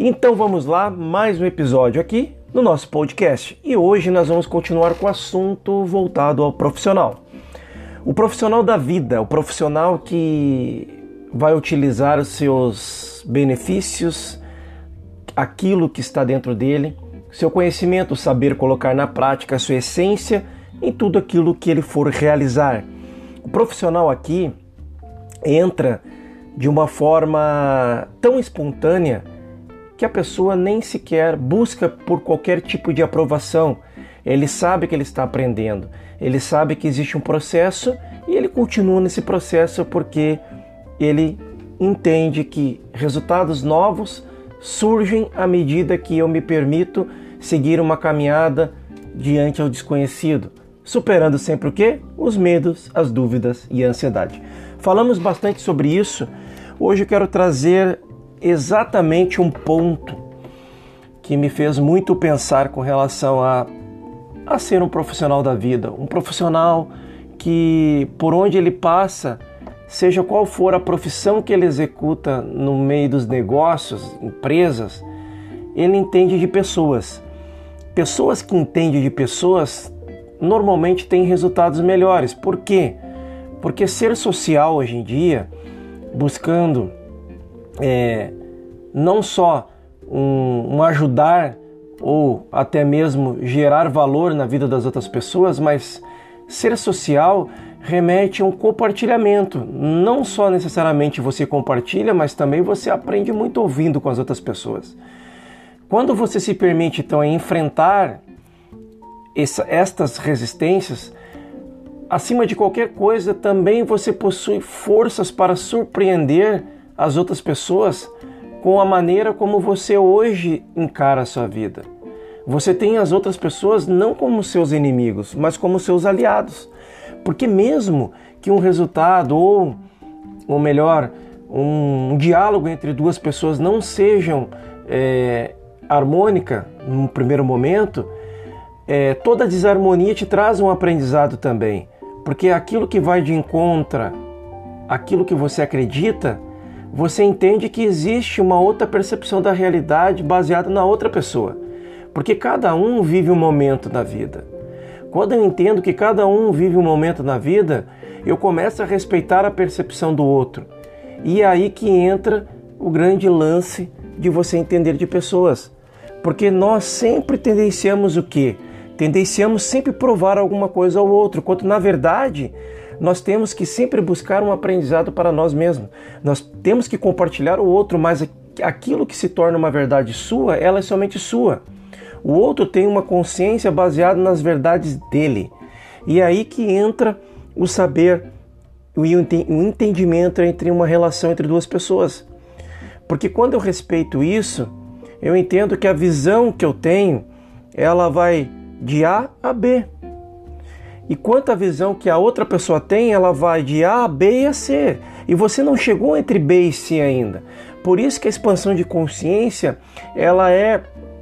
Então vamos lá, mais um episódio aqui no nosso podcast. E hoje nós vamos continuar com o assunto voltado ao profissional. O profissional da vida, o profissional que vai utilizar os seus benefícios, aquilo que está dentro dele, seu conhecimento, saber colocar na prática a sua essência em tudo aquilo que ele for realizar. O profissional aqui entra de uma forma tão espontânea que a pessoa nem sequer busca por qualquer tipo de aprovação. Ele sabe que ele está aprendendo, ele sabe que existe um processo e ele continua nesse processo porque ele entende que resultados novos surgem à medida que eu me permito seguir uma caminhada diante ao desconhecido, superando sempre o quê? Os medos, as dúvidas e a ansiedade. Falamos bastante sobre isso. Hoje eu quero trazer exatamente um ponto que me fez muito pensar com relação a ser um profissional da vida, um profissional que por onde ele passa, seja qual for a profissão que ele executa no meio dos negócios, empresas, ele entende de pessoas. Pessoas que entendem de pessoas normalmente têm resultados melhores. Por quê? Porque ser social hoje em dia, buscando não só um ajudar ou até mesmo gerar valor na vida das outras pessoas, mas ser social remete a um compartilhamento. Não só necessariamente você compartilha, mas também você aprende muito ouvindo com as outras pessoas. Quando você se permite, então, enfrentar estas resistências, acima de qualquer coisa, também você possui forças para surpreender as outras pessoas com a maneira como você hoje encara a sua vida. Você tem as outras pessoas não como seus inimigos, mas como seus aliados. Porque mesmo que um resultado ou melhor, um diálogo entre duas pessoas não sejam harmônica num primeiro momento, toda desarmonia te traz um aprendizado também. Porque aquilo que vai de encontro, aquilo que você acredita, você entende que existe uma outra percepção da realidade baseada na outra pessoa. Porque cada um vive um momento na vida. Quando eu entendo que cada um vive um momento na vida, eu começo a respeitar a percepção do outro. E é aí que entra o grande lance de você entender de pessoas. Porque nós sempre tendenciamos o quê? Tendenciamos sempre provar alguma coisa ao outro, quando na verdade nós temos que sempre buscar um aprendizado para nós mesmos. Nós temos que compartilhar o outro, mas aquilo que se torna uma verdade sua, ela é somente sua. O outro tem uma consciência baseada nas verdades dele. E é aí que entra o saber, o entendimento entre uma relação entre duas pessoas. Porque quando eu respeito isso, eu entendo que a visão que eu tenho, ela vai de A a B. E quanto à visão que a outra pessoa tem, ela vai de A, B e a C. E você não chegou entre B e C ainda. Por isso que a expansão de consciência, ela é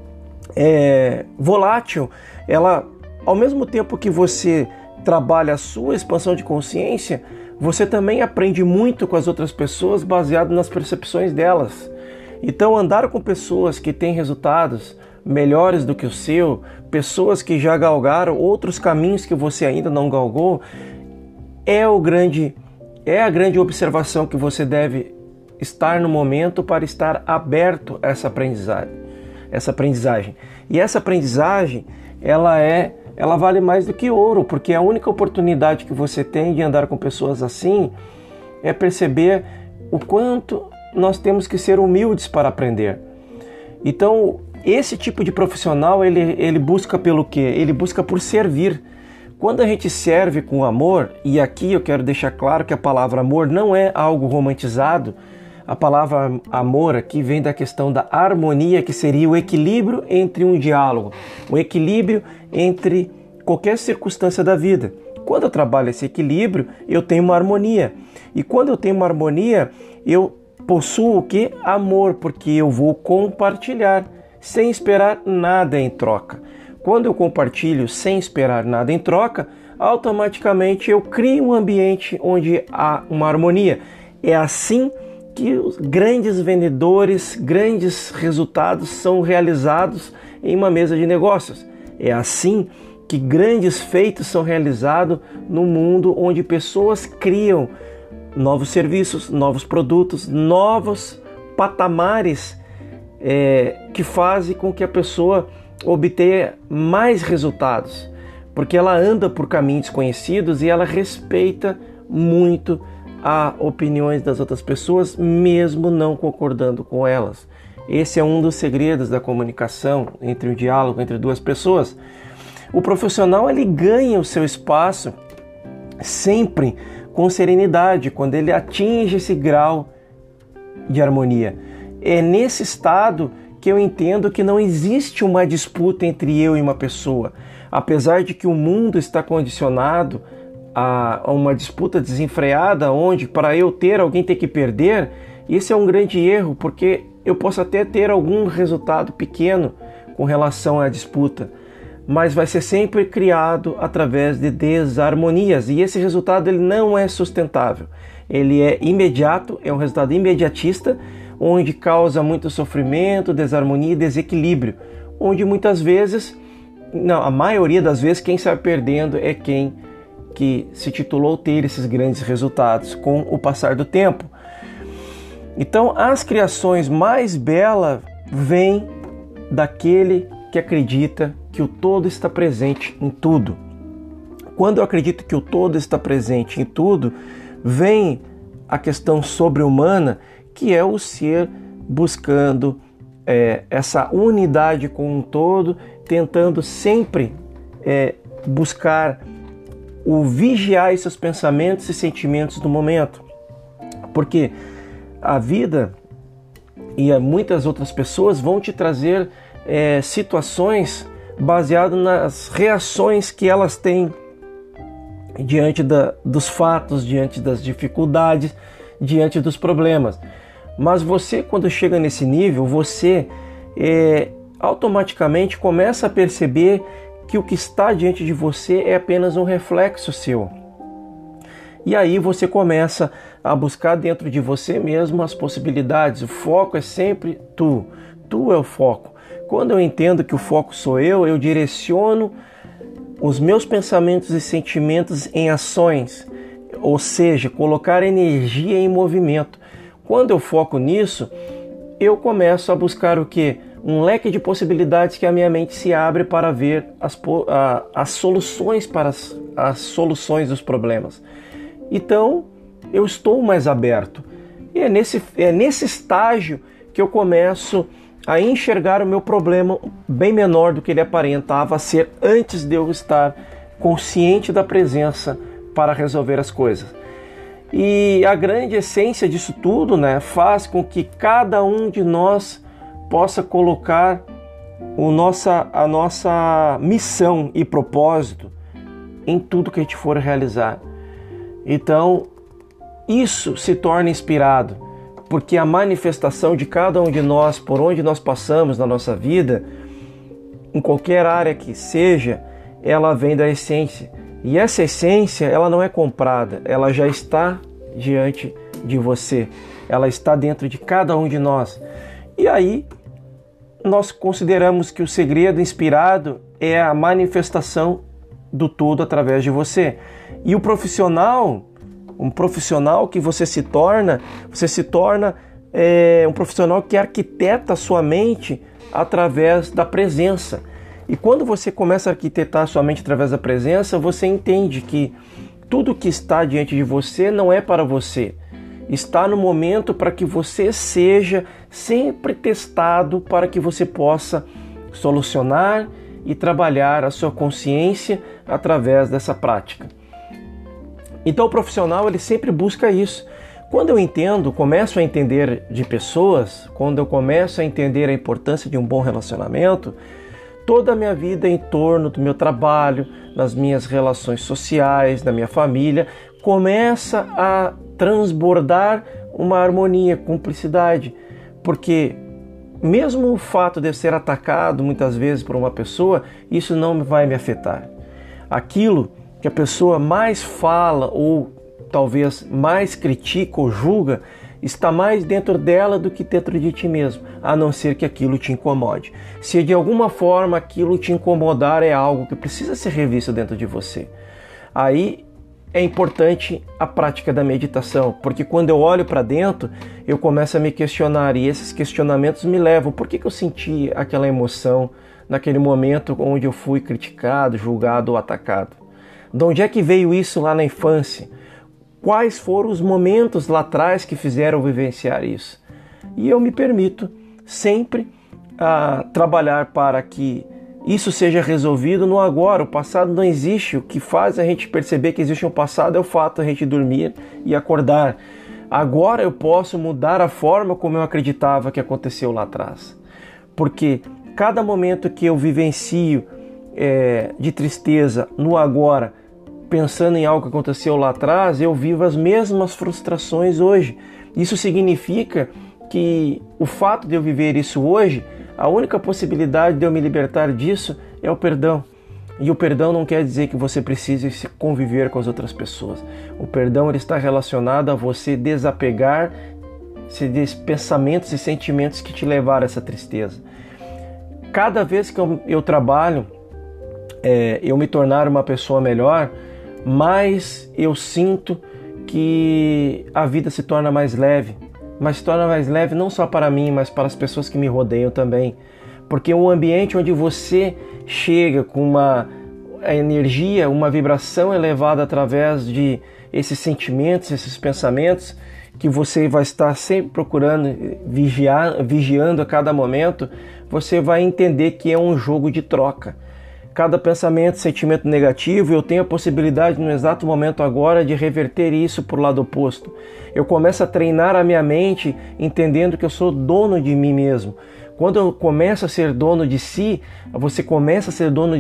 volátil. Ela, ao mesmo tempo que você trabalha a sua expansão de consciência, você também aprende muito com as outras pessoas baseado nas percepções delas. Então, andar com pessoas que têm resultados melhores do que o seu, pessoas que já galgaram outros caminhos que você ainda não galgou, é a grande observação que você deve estar no momento para estar aberto a essa aprendizagem. E essa aprendizagem, ela vale mais do que ouro, porque a única oportunidade que você tem de andar com pessoas assim é perceber o quanto nós temos que ser humildes para aprender. Então, esse tipo de profissional, ele busca pelo quê? Ele busca por servir. Quando a gente serve com amor, e aqui eu quero deixar claro que a palavra amor não é algo romantizado, a palavra amor aqui vem da questão da harmonia, que seria o equilíbrio entre um diálogo, o equilíbrio entre qualquer circunstância da vida. Quando eu trabalho esse equilíbrio, eu tenho uma harmonia. E quando eu tenho uma harmonia, eu possuo o quê? Amor, porque eu vou compartilhar sem esperar nada em troca. Quando eu compartilho sem esperar nada em troca, automaticamente eu crio um ambiente onde há uma harmonia. É assim que os grandes vendedores, grandes resultados são realizados em uma mesa de negócios. É assim que grandes feitos são realizados no mundo onde pessoas criam novos serviços, novos produtos, novos patamares que fazem com que a pessoa obtenha mais resultados, porque ela anda por caminhos desconhecidos e ela respeita muito as opiniões das outras pessoas, mesmo não concordando com elas. Esse é um dos segredos da comunicação, entre o diálogo entre duas pessoas. O profissional ele ganha o seu espaço sempre com serenidade, quando ele atinge esse grau de harmonia. É nesse estado que eu entendo que não existe uma disputa entre eu e uma pessoa. Apesar de que o mundo está condicionado a uma disputa desenfreada, onde para eu ter, alguém tem que perder, isso é um grande erro, porque eu posso até ter algum resultado pequeno com relação à disputa, mas vai ser sempre criado através de desarmonias, e esse resultado ele não é sustentável. Ele é imediato, é um resultado imediatista, onde causa muito sofrimento, desarmonia e desequilíbrio, onde muitas vezes, não, a maioria das vezes, quem sai perdendo é quem que se titulou ter esses grandes resultados com o passar do tempo. Então, as criações mais belas vêm daquele que acredita que o todo está presente em tudo. Quando eu acredito que o todo está presente em tudo, vem a questão sobre-humana, que é o ser buscando essa unidade com um todo, tentando sempre buscar o vigiar esses pensamentos e sentimentos do momento. Porque a vida e muitas outras pessoas vão te trazer situações baseadas nas reações que elas têm diante dos fatos, diante das dificuldades, diante dos problemas. Mas você, quando chega nesse nível, você automaticamente começa a perceber que o que está diante de você é apenas um reflexo seu. E aí você começa a buscar dentro de você mesmo as possibilidades. O foco é sempre tu. Tu é o foco. Quando eu entendo que o foco sou eu direciono os meus pensamentos e sentimentos em ações, ou seja, colocar energia em movimento. Quando eu foco nisso, eu começo a buscar o quê? Um leque de possibilidades que a minha mente se abre para ver as soluções para as soluções dos problemas. Então, eu estou mais aberto. E é nesse estágio que eu começo a enxergar o meu problema bem menor do que ele aparentava ser antes de eu estar consciente da presença para resolver as coisas. E a grande essência disso tudo, faz com que cada um de nós possa colocar a nossa missão e propósito em tudo que a gente for realizar. Então, isso se torna inspirado, porque a manifestação de cada um de nós, por onde nós passamos na nossa vida, em qualquer área que seja, ela vem da essência. E essa essência, ela não é comprada, ela já está diante de você, ela está dentro de cada um de nós. E aí, nós consideramos que o segredo inspirado é a manifestação do todo através de você. E o profissional, um profissional que você se torna um profissional que arquiteta a sua mente através da presença. E quando você começa a arquitetar a sua mente através da presença, você entende que tudo que está diante de você não é para você. Está no momento para que você seja sempre testado para que você possa solucionar e trabalhar a sua consciência através dessa prática. Então o profissional ele sempre busca isso. Quando eu começo a entender de pessoas, quando eu começo a entender a importância de um bom relacionamento, toda a minha vida em torno do meu trabalho, nas minhas relações sociais, na minha família, começa a transbordar uma harmonia, cumplicidade. Porque mesmo o fato de eu ser atacado muitas vezes por uma pessoa, isso não vai me afetar. Aquilo que a pessoa mais fala ou talvez mais critica ou julga, está mais dentro dela do que dentro de ti mesmo, a não ser que aquilo te incomode. Se de alguma forma aquilo te incomodar, é algo que precisa ser revisto dentro de você. Aí é importante a prática da meditação, porque quando eu olho para dentro, eu começo a me questionar, e esses questionamentos me levam, por que eu senti aquela emoção naquele momento onde eu fui criticado, julgado ou atacado? De onde é que veio isso lá na infância? Quais foram os momentos lá atrás que fizeram eu vivenciar isso? E eu me permito sempre trabalhar para que isso seja resolvido no agora. O passado não existe. O que faz a gente perceber que existe um passado é o fato de a gente dormir e acordar. Agora eu posso mudar a forma como eu acreditava que aconteceu lá atrás. Porque cada momento que eu vivencio de tristeza no agora, pensando em algo que aconteceu lá atrás, eu vivo as mesmas frustrações hoje. Isso significa que o fato de eu viver isso hoje, a única possibilidade de eu me libertar disso é o perdão. E o perdão não quer dizer que você precise se conviver com as outras pessoas. O perdão ele está relacionado a você desapegar-se de pensamentos e sentimentos que te levaram a essa tristeza. Cada vez que eu trabalho, eu me tornar uma pessoa melhor, mais eu sinto que a vida se torna mais leve. Mas se torna mais leve não só para mim, mas para as pessoas que me rodeiam também. Porque o ambiente onde você chega com uma energia, uma vibração elevada através de esses sentimentos, esses pensamentos, que você vai estar sempre procurando, vigiando a cada momento, você vai entender que é um jogo de troca. Cada pensamento, sentimento negativo, eu tenho a possibilidade no exato momento agora de reverter isso para o lado oposto. Eu começo a treinar a minha mente entendendo que eu sou dono de mim mesmo. Quando eu começo a ser dono de si, você começa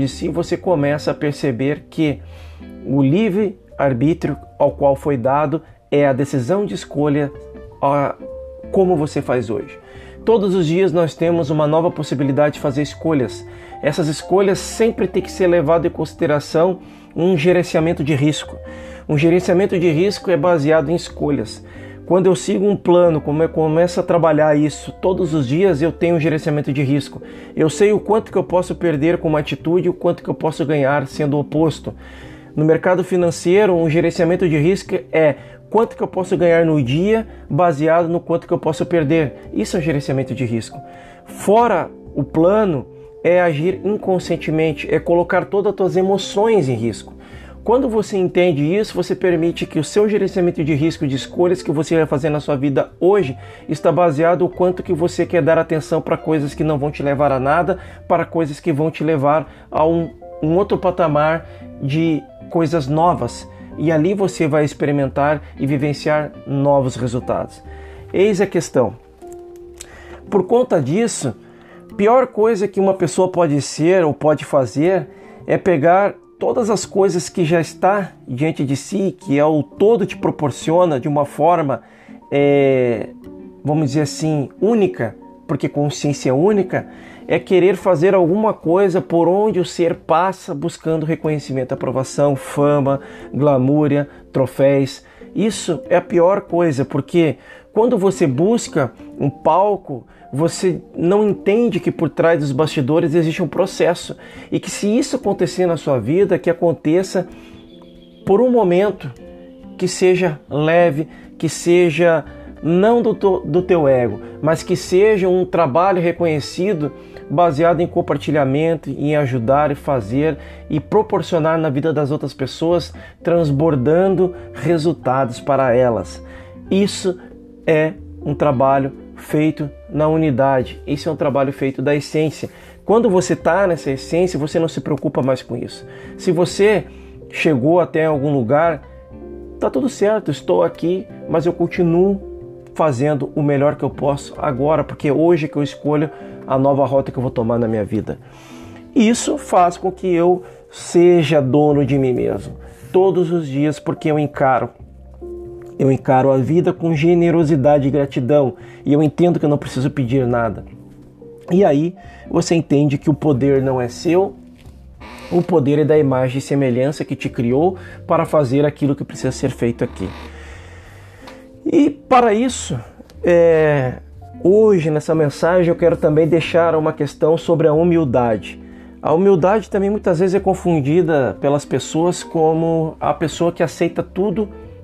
a perceber que o livre-arbítrio ao qual foi dado é a decisão de escolha como você faz hoje. Todos os dias nós temos uma nova possibilidade de fazer escolhas. Essas escolhas sempre têm que ser levadas em consideração um gerenciamento de risco. Um gerenciamento de risco é baseado em escolhas. Quando eu sigo um plano, como eu começo a trabalhar isso todos os dias, eu tenho um gerenciamento de risco. Eu sei o quanto que eu posso perder com uma atitude e o quanto que eu posso ganhar sendo o oposto. No mercado financeiro, um gerenciamento de risco é quanto que eu posso ganhar no dia baseado no quanto que eu posso perder. Isso é um gerenciamento de risco. Fora o plano, é agir inconscientemente, é colocar todas as tuas emoções em risco. Quando você entende isso, você permite que o seu gerenciamento de risco de escolhas que você vai fazer na sua vida hoje está baseado no quanto que você quer dar atenção para coisas que não vão te levar a nada, para coisas que vão te levar a um outro patamar de coisas novas. E ali você vai experimentar e vivenciar novos resultados. Eis a questão. Por conta disso, a pior coisa que uma pessoa pode ser ou pode fazer é pegar todas as coisas que já está diante de si, que é o todo te proporciona de uma forma, vamos dizer assim, única, porque consciência única, é querer fazer alguma coisa por onde o ser passa buscando reconhecimento, aprovação, fama, glamúria, troféus. Isso é a pior coisa, porque quando você busca um palco, você não entende que por trás dos bastidores existe um processo e que se isso acontecer na sua vida, que aconteça por um momento, que seja leve, que seja não do teu ego, mas que seja um trabalho reconhecido baseado em compartilhamento, em ajudar e fazer e proporcionar na vida das outras pessoas, transbordando resultados para elas. Isso é um trabalho feito na unidade, esse é um trabalho feito da essência. Quando você está nessa essência, você não se preocupa mais com isso. Se você chegou até algum lugar, tá tudo certo, estou aqui, mas eu continuo fazendo o melhor que eu posso agora, porque hoje que eu escolho a nova rota que eu vou tomar na minha vida. Isso faz com que eu seja dono de mim mesmo, todos os dias, porque eu encaro a vida com generosidade e gratidão, e eu entendo que eu não preciso pedir nada. E aí você entende que o poder não é seu, o poder é da imagem e semelhança que te criou para fazer aquilo que precisa ser feito aqui. E para isso, hoje nessa mensagem eu quero também deixar uma questão sobre a humildade. A humildade também muitas vezes é confundida pelas pessoas como a pessoa que aceita tudo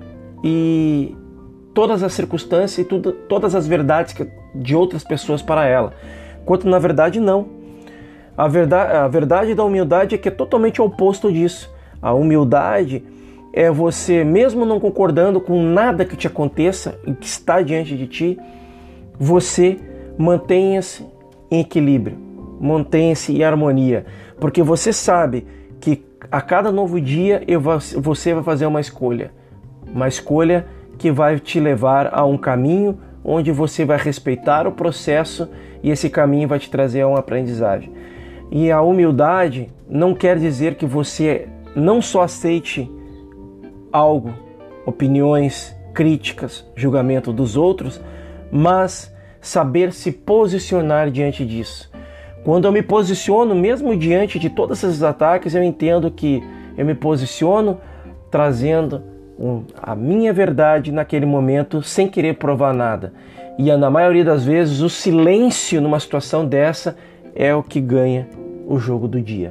e todas as circunstâncias e todas as verdades de outras pessoas para ela, quanto na verdade não. A verdade da humildade é que é totalmente o oposto disso. A humildade é você, mesmo não concordando com nada que te aconteça e que está diante de ti, você mantenha-se em equilíbrio, mantenha-se em harmonia, porque você sabe que a cada novo dia você vai fazer uma escolha que vai te levar a um caminho onde você vai respeitar o processo e esse caminho vai te trazer a uma aprendizagem. E a humildade não quer dizer que você não só aceite algo, opiniões, críticas, julgamento dos outros, mas saber se posicionar diante disso. Quando eu me posiciono, mesmo diante de todos esses ataques, eu entendo que eu me posiciono trazendo a minha verdade naquele momento, sem querer provar nada. E na maioria das vezes, o silêncio numa situação dessa é o que ganha o jogo do dia.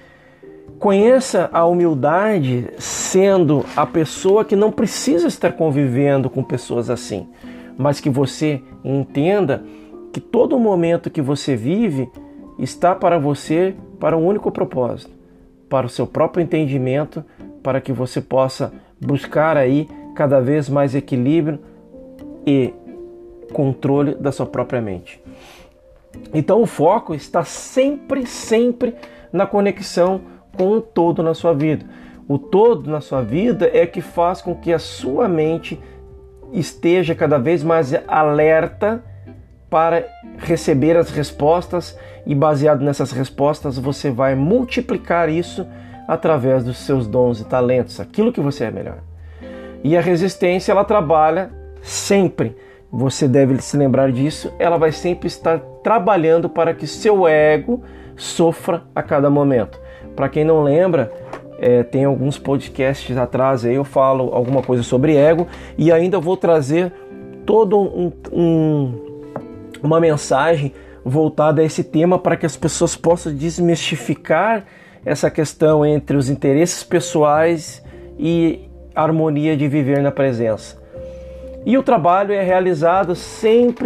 Conheça a humildade sendo a pessoa que não precisa estar convivendo com pessoas assim, mas que você entenda que todo momento que você vive está para você, para um único propósito, para o seu próprio entendimento, para que você possa buscar aí cada vez mais equilíbrio e controle da sua própria mente. Então o foco está sempre na conexão com o todo na sua vida. O todo na sua vida é que faz com que a sua mente esteja cada vez mais alerta para receber as respostas e baseado nessas respostas você vai multiplicar isso através dos seus dons e talentos, aquilo que você é melhor. E a resistência, ela trabalha sempre, você deve se lembrar disso, ela vai sempre estar trabalhando para que seu ego sofra a cada momento. Para quem não lembra, tem alguns podcasts atrás aí eu falo alguma coisa sobre ego e ainda vou trazer todo uma mensagem voltada a esse tema para que as pessoas possam desmistificar essa questão entre os interesses pessoais e a harmonia de viver na presença. E o trabalho é realizado sempre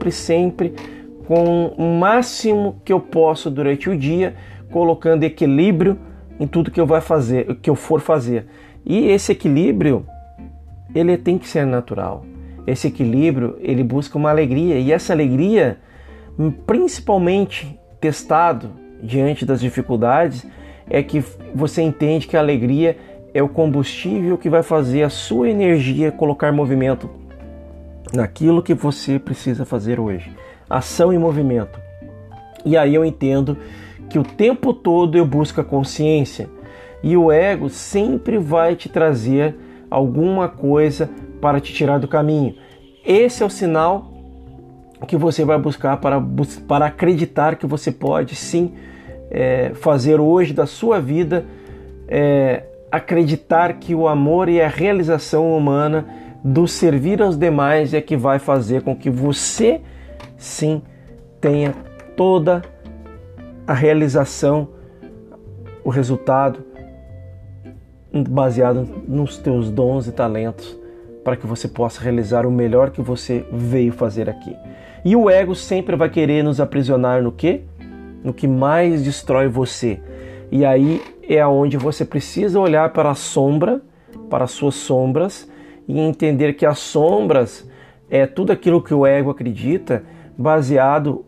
com o máximo que eu posso durante o dia, colocando equilíbrio em tudo que eu for fazer. E esse equilíbrio, ele tem que ser natural. Esse equilíbrio, ele busca uma alegria. E essa alegria, principalmente testado diante das dificuldades, é que você entende que a alegria é o combustível que vai fazer a sua energia colocar movimento naquilo que você precisa fazer hoje. Ação e movimento. E aí eu entendo que o tempo todo eu busco a consciência e o ego sempre vai te trazer alguma coisa para te tirar do caminho. Esse é o sinal que você vai buscar para acreditar que você pode sim fazer hoje da sua vida, acreditar que o amor e a realização humana do servir aos demais é que vai fazer com que você sim tenha toda a realização, o resultado baseado nos teus dons e talentos para que você possa realizar o melhor que você veio fazer aqui. E o ego sempre vai querer nos aprisionar no quê? No que mais destrói você. E aí é onde você precisa olhar para a sombra, para as suas sombras e entender que as sombras é tudo aquilo que o ego acredita, baseado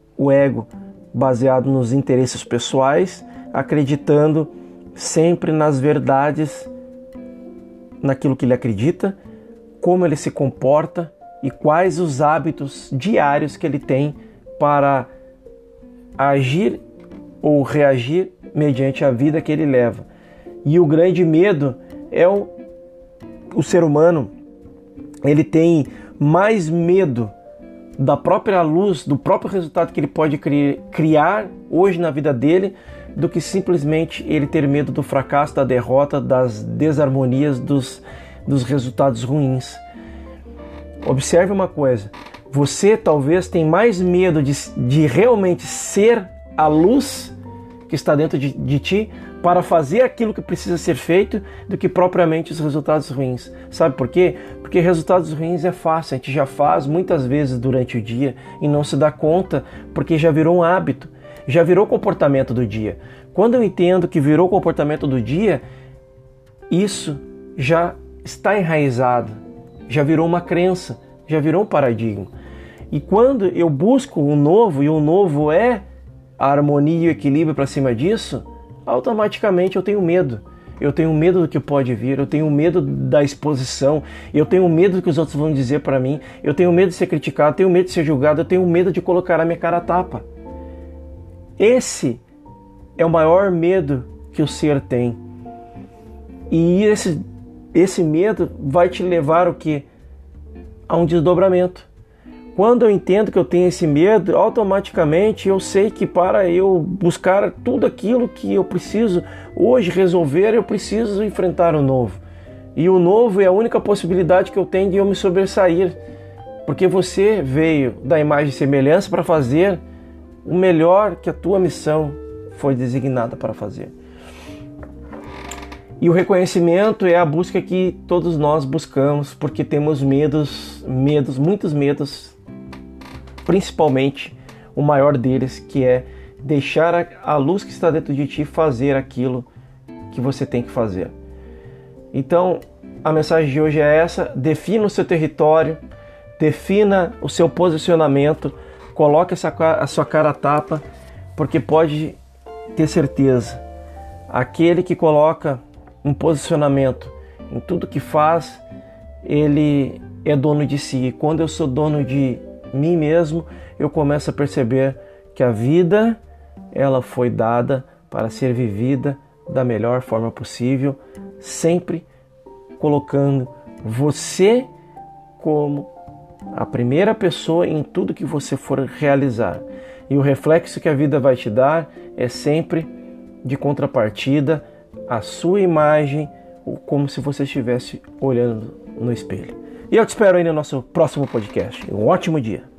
nos interesses pessoais, acreditando sempre nas verdades, naquilo que ele acredita, como ele se comporta e quais os hábitos diários que ele tem para agir ou reagir mediante a vida que ele leva. E o grande medo é o ser humano, ele tem mais medo da própria luz, do próprio resultado que ele pode criar hoje na vida dele, do que simplesmente ele ter medo do fracasso, da derrota, das desarmonias, dos resultados ruins. Observe uma coisa, você talvez tem mais medo de realmente ser a luz que está dentro de ti para fazer aquilo que precisa ser feito do que propriamente os resultados ruins. Sabe por quê? Porque resultados ruins é fácil, a gente já faz muitas vezes durante o dia e não se dá conta porque já virou um hábito, já virou comportamento do dia. Quando eu entendo que virou comportamento do dia, isso já está enraizado, já virou uma crença, já virou um paradigma. E quando eu busco o novo, e o novo é a harmonia e o equilíbrio para cima disso, automaticamente eu tenho medo. Eu tenho medo do que pode vir, eu tenho medo da exposição, eu tenho medo do que os outros vão dizer para mim, eu tenho medo de ser criticado, eu tenho medo de ser julgado, eu tenho medo de colocar a minha cara a tapa. Esse é o maior medo que o ser tem. E esse medo vai te levar o quê? A um desdobramento. Quando eu entendo que eu tenho esse medo, automaticamente eu sei que para eu buscar tudo aquilo que eu preciso hoje resolver, eu preciso enfrentar o novo. E o novo é a única possibilidade que eu tenho de eu me sobressair. Porque você veio da imagem e semelhança para fazer o melhor que a tua missão foi designada para fazer. E o reconhecimento é a busca que todos nós buscamos, porque temos muitos medos, principalmente o maior deles, que é deixar a luz que está dentro de ti fazer aquilo que você tem que fazer. Então, a mensagem de hoje é essa: defina o seu território, defina o seu posicionamento, coloque a sua cara a tapa, porque pode ter certeza, aquele que coloca um posicionamento em tudo que faz, ele é dono de si. E quando eu sou dono de mim mesmo, eu começo a perceber que a vida, ela foi dada para ser vivida da melhor forma possível, sempre colocando você como a primeira pessoa em tudo que você for realizar. E o reflexo que a vida vai te dar é sempre de contrapartida a sua imagem, como se você estivesse olhando no espelho. E eu te espero aí no nosso próximo podcast. Um ótimo dia!